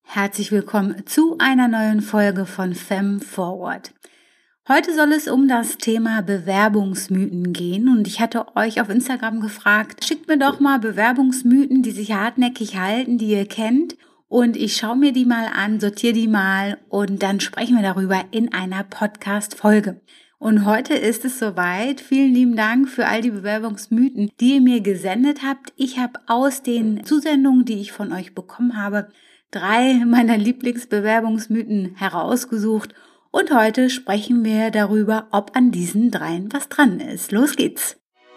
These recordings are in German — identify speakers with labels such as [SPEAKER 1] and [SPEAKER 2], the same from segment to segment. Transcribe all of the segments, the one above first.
[SPEAKER 1] Herzlich willkommen zu einer neuen Folge von Fem Forward. Heute soll es um das Thema Bewerbungsmythen gehen und ich hatte euch auf Instagram gefragt, schickt mir doch mal Bewerbungsmythen, die sich hartnäckig halten, die ihr kennt, und ich schaue mir die mal an, sortiere die mal und dann sprechen wir darüber in einer Podcast-Folge. Und heute ist es soweit. Vielen lieben Dank für all die Bewerbungsmythen, die ihr mir gesendet habt. Ich habe aus den Zusendungen, die ich von euch bekommen habe, 3 meiner Lieblingsbewerbungsmythen herausgesucht und heute sprechen wir darüber, ob an diesen 3 was dran ist. Los geht's!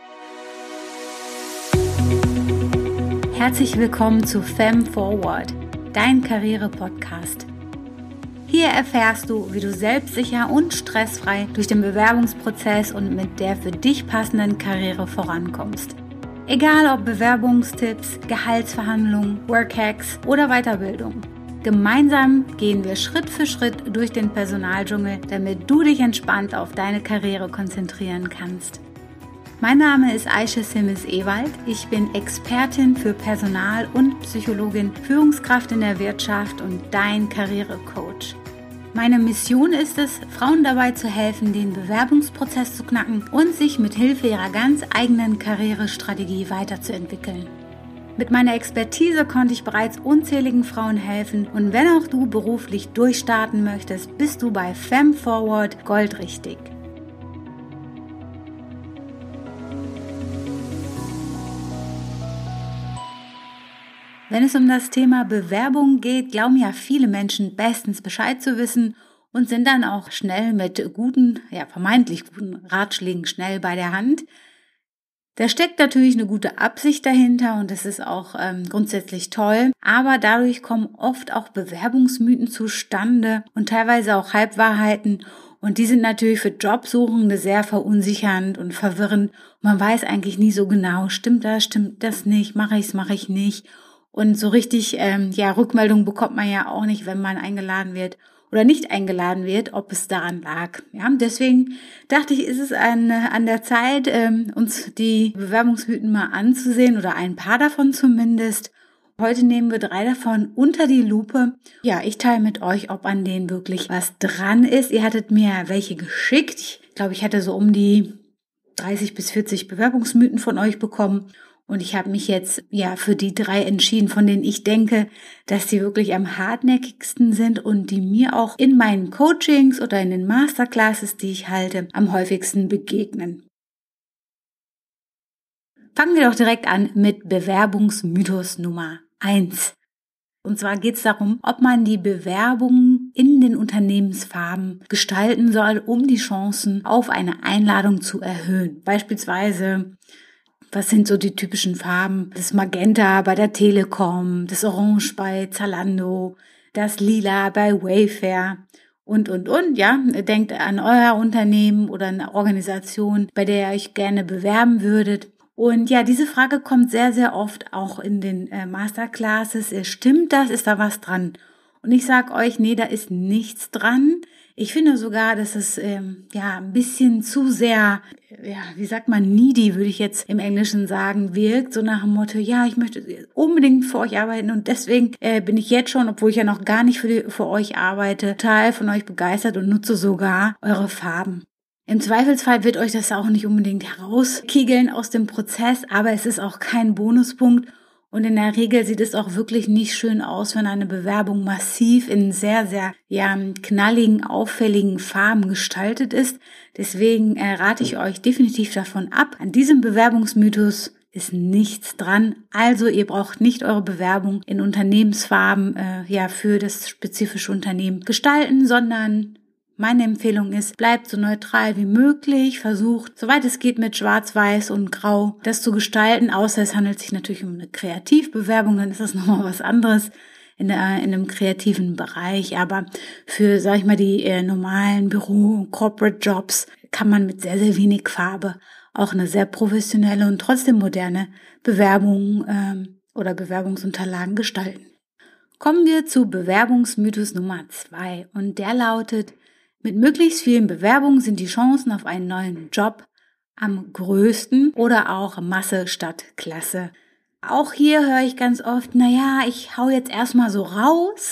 [SPEAKER 1] Herzlich willkommen zu Fem Forward, dein Karriere-Podcast. Hier erfährst du, wie du selbstsicher und stressfrei durch den Bewerbungsprozess und mit der für dich passenden Karriere vorankommst. Egal ob Bewerbungstipps, Gehaltsverhandlungen, Workhacks oder Weiterbildung. Gemeinsam gehen wir Schritt für Schritt durch den Personaldschungel, damit du dich entspannt auf deine Karriere konzentrieren kannst. Mein Name ist Aische Simmes-Ewald. Ich bin Expertin für Personal und Psychologin, Führungskraft in der Wirtschaft und dein Karrierecoach. Meine Mission ist es, Frauen dabei zu helfen, den Bewerbungsprozess zu knacken und sich mit Hilfe ihrer ganz eigenen Karrierestrategie weiterzuentwickeln. Mit meiner Expertise konnte ich bereits unzähligen Frauen helfen und wenn auch du beruflich durchstarten möchtest, bist du bei Fem Forward goldrichtig. Wenn es um das Thema Bewerbung geht, glauben ja viele Menschen bestens Bescheid zu wissen und sind dann auch schnell mit vermeintlich guten Ratschlägen schnell bei der Hand. Da steckt natürlich eine gute Absicht dahinter und das ist auch grundsätzlich toll, aber dadurch kommen oft auch Bewerbungsmythen zustande und teilweise auch Halbwahrheiten und die sind natürlich für Jobsuchende sehr verunsichernd und verwirrend. Man weiß eigentlich nie so genau, stimmt das nicht, mache ich nicht. Und so richtig, Rückmeldung bekommt man ja auch nicht, wenn man eingeladen wird oder nicht eingeladen wird, ob es daran lag. Ja, deswegen dachte ich, ist es an der Zeit, uns die Bewerbungsmythen mal anzusehen oder ein paar davon zumindest. Heute nehmen wir 3 davon unter die Lupe. Ja, ich teile mit euch, ob an denen wirklich was dran ist. Ihr hattet mir welche geschickt. Ich glaube, ich hatte so um die 30 bis 40 Bewerbungsmythen von euch bekommen. Und ich habe mich jetzt für die 3 entschieden, von denen ich denke, dass die wirklich am hartnäckigsten sind und die mir auch in meinen Coachings oder in den Masterclasses, die ich halte, am häufigsten begegnen. Fangen wir doch direkt an mit Bewerbungsmythos Nummer 1. Und zwar geht es darum, ob man die Bewerbung in den Unternehmensfarben gestalten soll, um die Chancen auf eine Einladung zu erhöhen. Beispielsweise, was sind so die typischen Farben? Das Magenta bei der Telekom, das Orange bei Zalando, das Lila bei Wayfair und. Ja, denkt an euer Unternehmen oder eine Organisation, bei der ihr euch gerne bewerben würdet. Und ja, diese Frage kommt sehr, sehr oft auch in den Masterclasses. Stimmt das? Ist da was dran? Und ich sage euch, nee, da ist nichts dran. Ich finde sogar, dass es ein bisschen zu sehr, needy, würde ich jetzt im Englischen sagen, wirkt. So nach dem Motto, ja, ich möchte unbedingt für euch arbeiten und deswegen bin ich jetzt schon, obwohl ich ja noch gar nicht für euch arbeite, total von euch begeistert und nutze sogar eure Farben. Im Zweifelsfall wird euch das auch nicht unbedingt herauskiegeln aus dem Prozess, aber es ist auch kein Bonuspunkt. Und in der Regel sieht es auch wirklich nicht schön aus, wenn eine Bewerbung massiv in sehr, sehr knalligen, auffälligen Farben gestaltet ist. Deswegen rate ich euch definitiv davon ab. An diesem Bewerbungsmythos ist nichts dran. Also ihr braucht nicht eure Bewerbung in Unternehmensfarben für das spezifische Unternehmen gestalten, sondern meine Empfehlung ist, bleibt so neutral wie möglich, versucht, soweit es geht, mit Schwarz, Weiß und Grau das zu gestalten, außer es handelt sich natürlich um eine Kreativbewerbung, dann ist das nochmal was anderes in einem kreativen Bereich, aber für, die normalen Büro- und Corporate-Jobs kann man mit sehr, sehr wenig Farbe auch eine sehr professionelle und trotzdem moderne Bewerbung oder Bewerbungsunterlagen gestalten. Kommen wir zu Bewerbungsmythos Nummer 2 und der lautet: Mit möglichst vielen Bewerbungen sind die Chancen auf einen neuen Job am größten oder auch Masse statt Klasse. Auch hier höre ich ganz oft, ich hau jetzt erstmal so raus,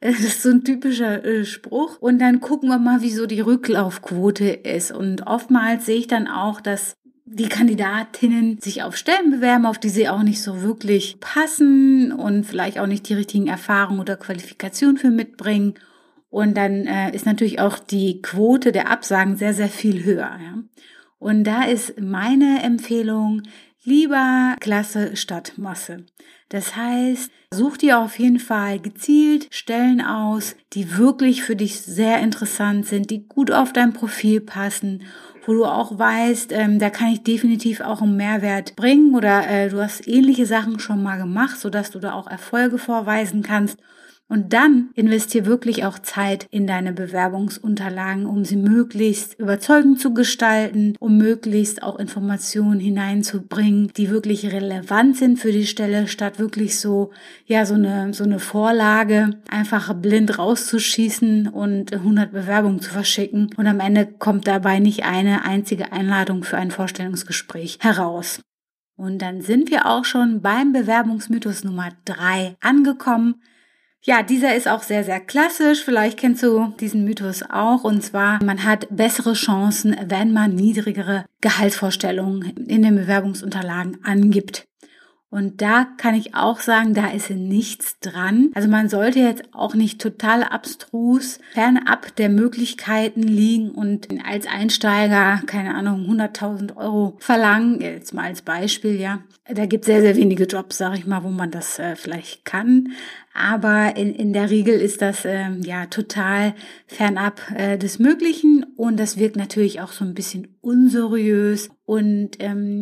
[SPEAKER 1] Das ist so ein typischer Spruch. Und dann gucken wir mal, wieso die Rücklaufquote ist. Und oftmals sehe ich dann auch, dass die Kandidatinnen sich auf Stellen bewerben, auf die sie auch nicht so wirklich passen und vielleicht auch nicht die richtigen Erfahrungen oder Qualifikationen für mitbringen. Und dann ist natürlich auch die Quote der Absagen sehr, sehr viel höher. Ja? Und da ist meine Empfehlung, lieber Klasse statt Masse. Das heißt, such dir auf jeden Fall gezielt Stellen aus, die wirklich für dich sehr interessant sind, die gut auf dein Profil passen, wo du auch weißt, da kann ich definitiv auch einen Mehrwert bringen oder du hast ähnliche Sachen schon mal gemacht, sodass du da auch Erfolge vorweisen kannst. Und dann investier wirklich auch Zeit in deine Bewerbungsunterlagen, um sie möglichst überzeugend zu gestalten, um möglichst auch Informationen hineinzubringen, die wirklich relevant sind für die Stelle, statt wirklich so eine Vorlage einfach blind rauszuschießen und 100 Bewerbungen zu verschicken. Und am Ende kommt dabei nicht eine einzige Einladung für ein Vorstellungsgespräch heraus. Und dann sind wir auch schon beim Bewerbungsmythos Nummer 3 angekommen. Ja, dieser ist auch sehr, sehr klassisch. Vielleicht kennst du diesen Mythos auch. Und zwar, man hat bessere Chancen, wenn man niedrigere Gehaltsvorstellungen in den Bewerbungsunterlagen angibt. Und da kann ich auch sagen, da ist nichts dran. Also man sollte jetzt auch nicht total abstrus fernab der Möglichkeiten liegen und als Einsteiger, keine Ahnung, 100.000 Euro verlangen. Jetzt mal als Beispiel, ja. Da gibt es sehr, sehr wenige Jobs, sage ich mal, wo man das vielleicht kann. Aber in der Regel ist das total fernab des Möglichen und das wirkt natürlich auch so ein bisschen unseriös und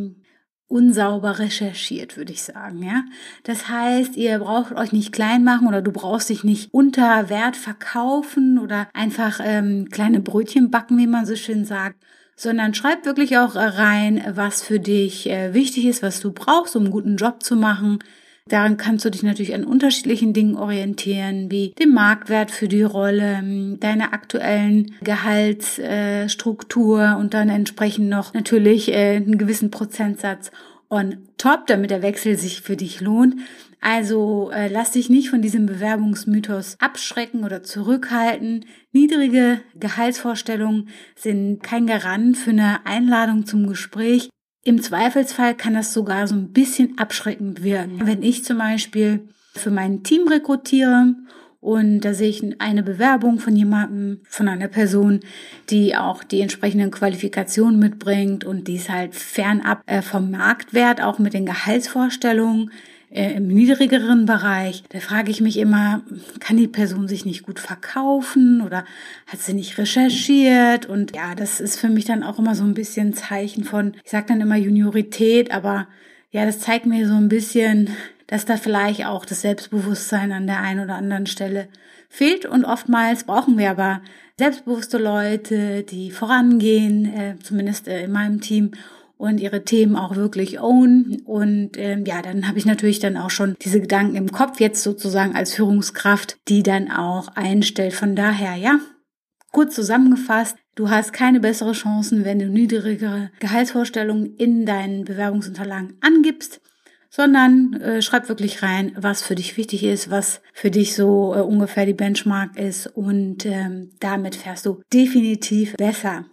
[SPEAKER 1] unsauber recherchiert, würde ich sagen, ja. Das heißt, ihr braucht euch nicht klein machen oder du brauchst dich nicht unter Wert verkaufen oder einfach kleine Brötchen backen, wie man so schön sagt, sondern schreib wirklich auch rein, was für dich wichtig ist, was du brauchst, um einen guten Job zu machen. Daran kannst du dich natürlich an unterschiedlichen Dingen orientieren, wie dem Marktwert für die Rolle, deiner aktuellen Gehaltsstruktur und dann entsprechend noch natürlich einen gewissen Prozentsatz on top, damit der Wechsel sich für dich lohnt. Also lass dich nicht von diesem Bewerbungsmythos abschrecken oder zurückhalten. Niedrige Gehaltsvorstellungen sind kein Garant für eine Einladung zum Gespräch. Im Zweifelsfall kann das sogar so ein bisschen abschreckend wirken. Wenn ich zum Beispiel für mein Team rekrutiere und da sehe ich eine Bewerbung von jemandem, von einer Person, die auch die entsprechenden Qualifikationen mitbringt und die ist halt fernab vom Marktwert, auch mit den Gehaltsvorstellungen im niedrigeren Bereich, da frage ich mich immer, kann die Person sich nicht gut verkaufen oder hat sie nicht recherchiert? Und ja, das ist für mich dann auch immer so ein bisschen Zeichen von, ich sage dann immer Juniorität, aber ja, das zeigt mir so ein bisschen, dass da vielleicht auch das Selbstbewusstsein an der einen oder anderen Stelle fehlt. Und oftmals brauchen wir aber selbstbewusste Leute, die vorangehen, zumindest in meinem Team, und ihre Themen auch wirklich own. Und dann habe ich natürlich dann auch schon diese Gedanken im Kopf, jetzt sozusagen als Führungskraft, die dann auch einstellt. Von daher, ja, kurz zusammengefasst, du hast keine bessere Chancen, wenn du niedrigere Gehaltsvorstellungen in deinen Bewerbungsunterlagen angibst, sondern schreib wirklich rein, was für dich wichtig ist, was für dich so ungefähr die Benchmark ist und damit fährst du definitiv besser.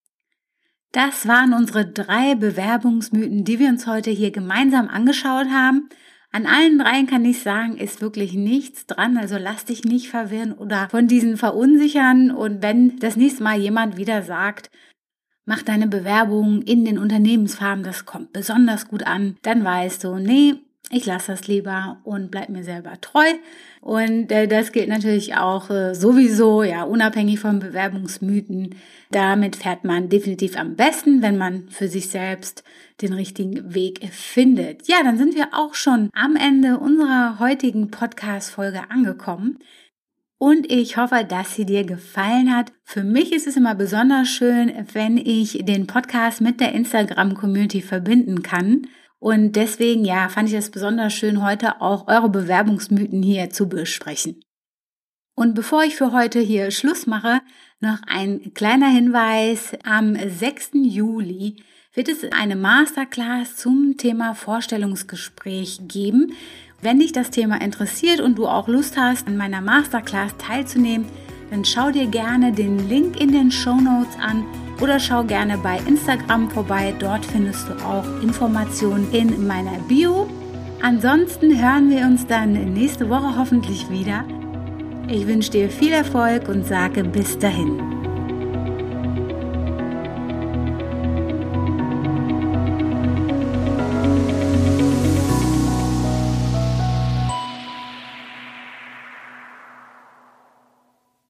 [SPEAKER 1] Das waren unsere 3 Bewerbungsmythen, die wir uns heute hier gemeinsam angeschaut haben. An allen 3 kann ich sagen, ist wirklich nichts dran, also lass dich nicht verwirren oder von diesen verunsichern. Und wenn das nächste Mal jemand wieder sagt, mach deine Bewerbung in den Unternehmensfarben, das kommt besonders gut an, dann weißt du, nee, ich lasse das lieber und bleib mir selber treu. Und das gilt natürlich auch sowieso, ja, unabhängig von Bewerbungsmythen. Damit fährt man definitiv am besten, wenn man für sich selbst den richtigen Weg findet. Ja, dann sind wir auch schon am Ende unserer heutigen Podcast-Folge angekommen. Und ich hoffe, dass sie dir gefallen hat. Für mich ist es immer besonders schön, wenn ich den Podcast mit der Instagram-Community verbinden kann. Und deswegen, ja, fand ich es besonders schön, heute auch eure Bewerbungsmythen hier zu besprechen. Und bevor ich für heute hier Schluss mache, noch ein kleiner Hinweis. Am 6. Juli wird es eine Masterclass zum Thema Vorstellungsgespräch geben. Wenn dich das Thema interessiert und du auch Lust hast, an meiner Masterclass teilzunehmen, dann schau dir gerne den Link in den Shownotes an oder schau gerne bei Instagram vorbei. Dort findest du auch Informationen in meiner Bio. Ansonsten hören wir uns dann nächste Woche hoffentlich wieder. Ich wünsche dir viel Erfolg und sage bis dahin.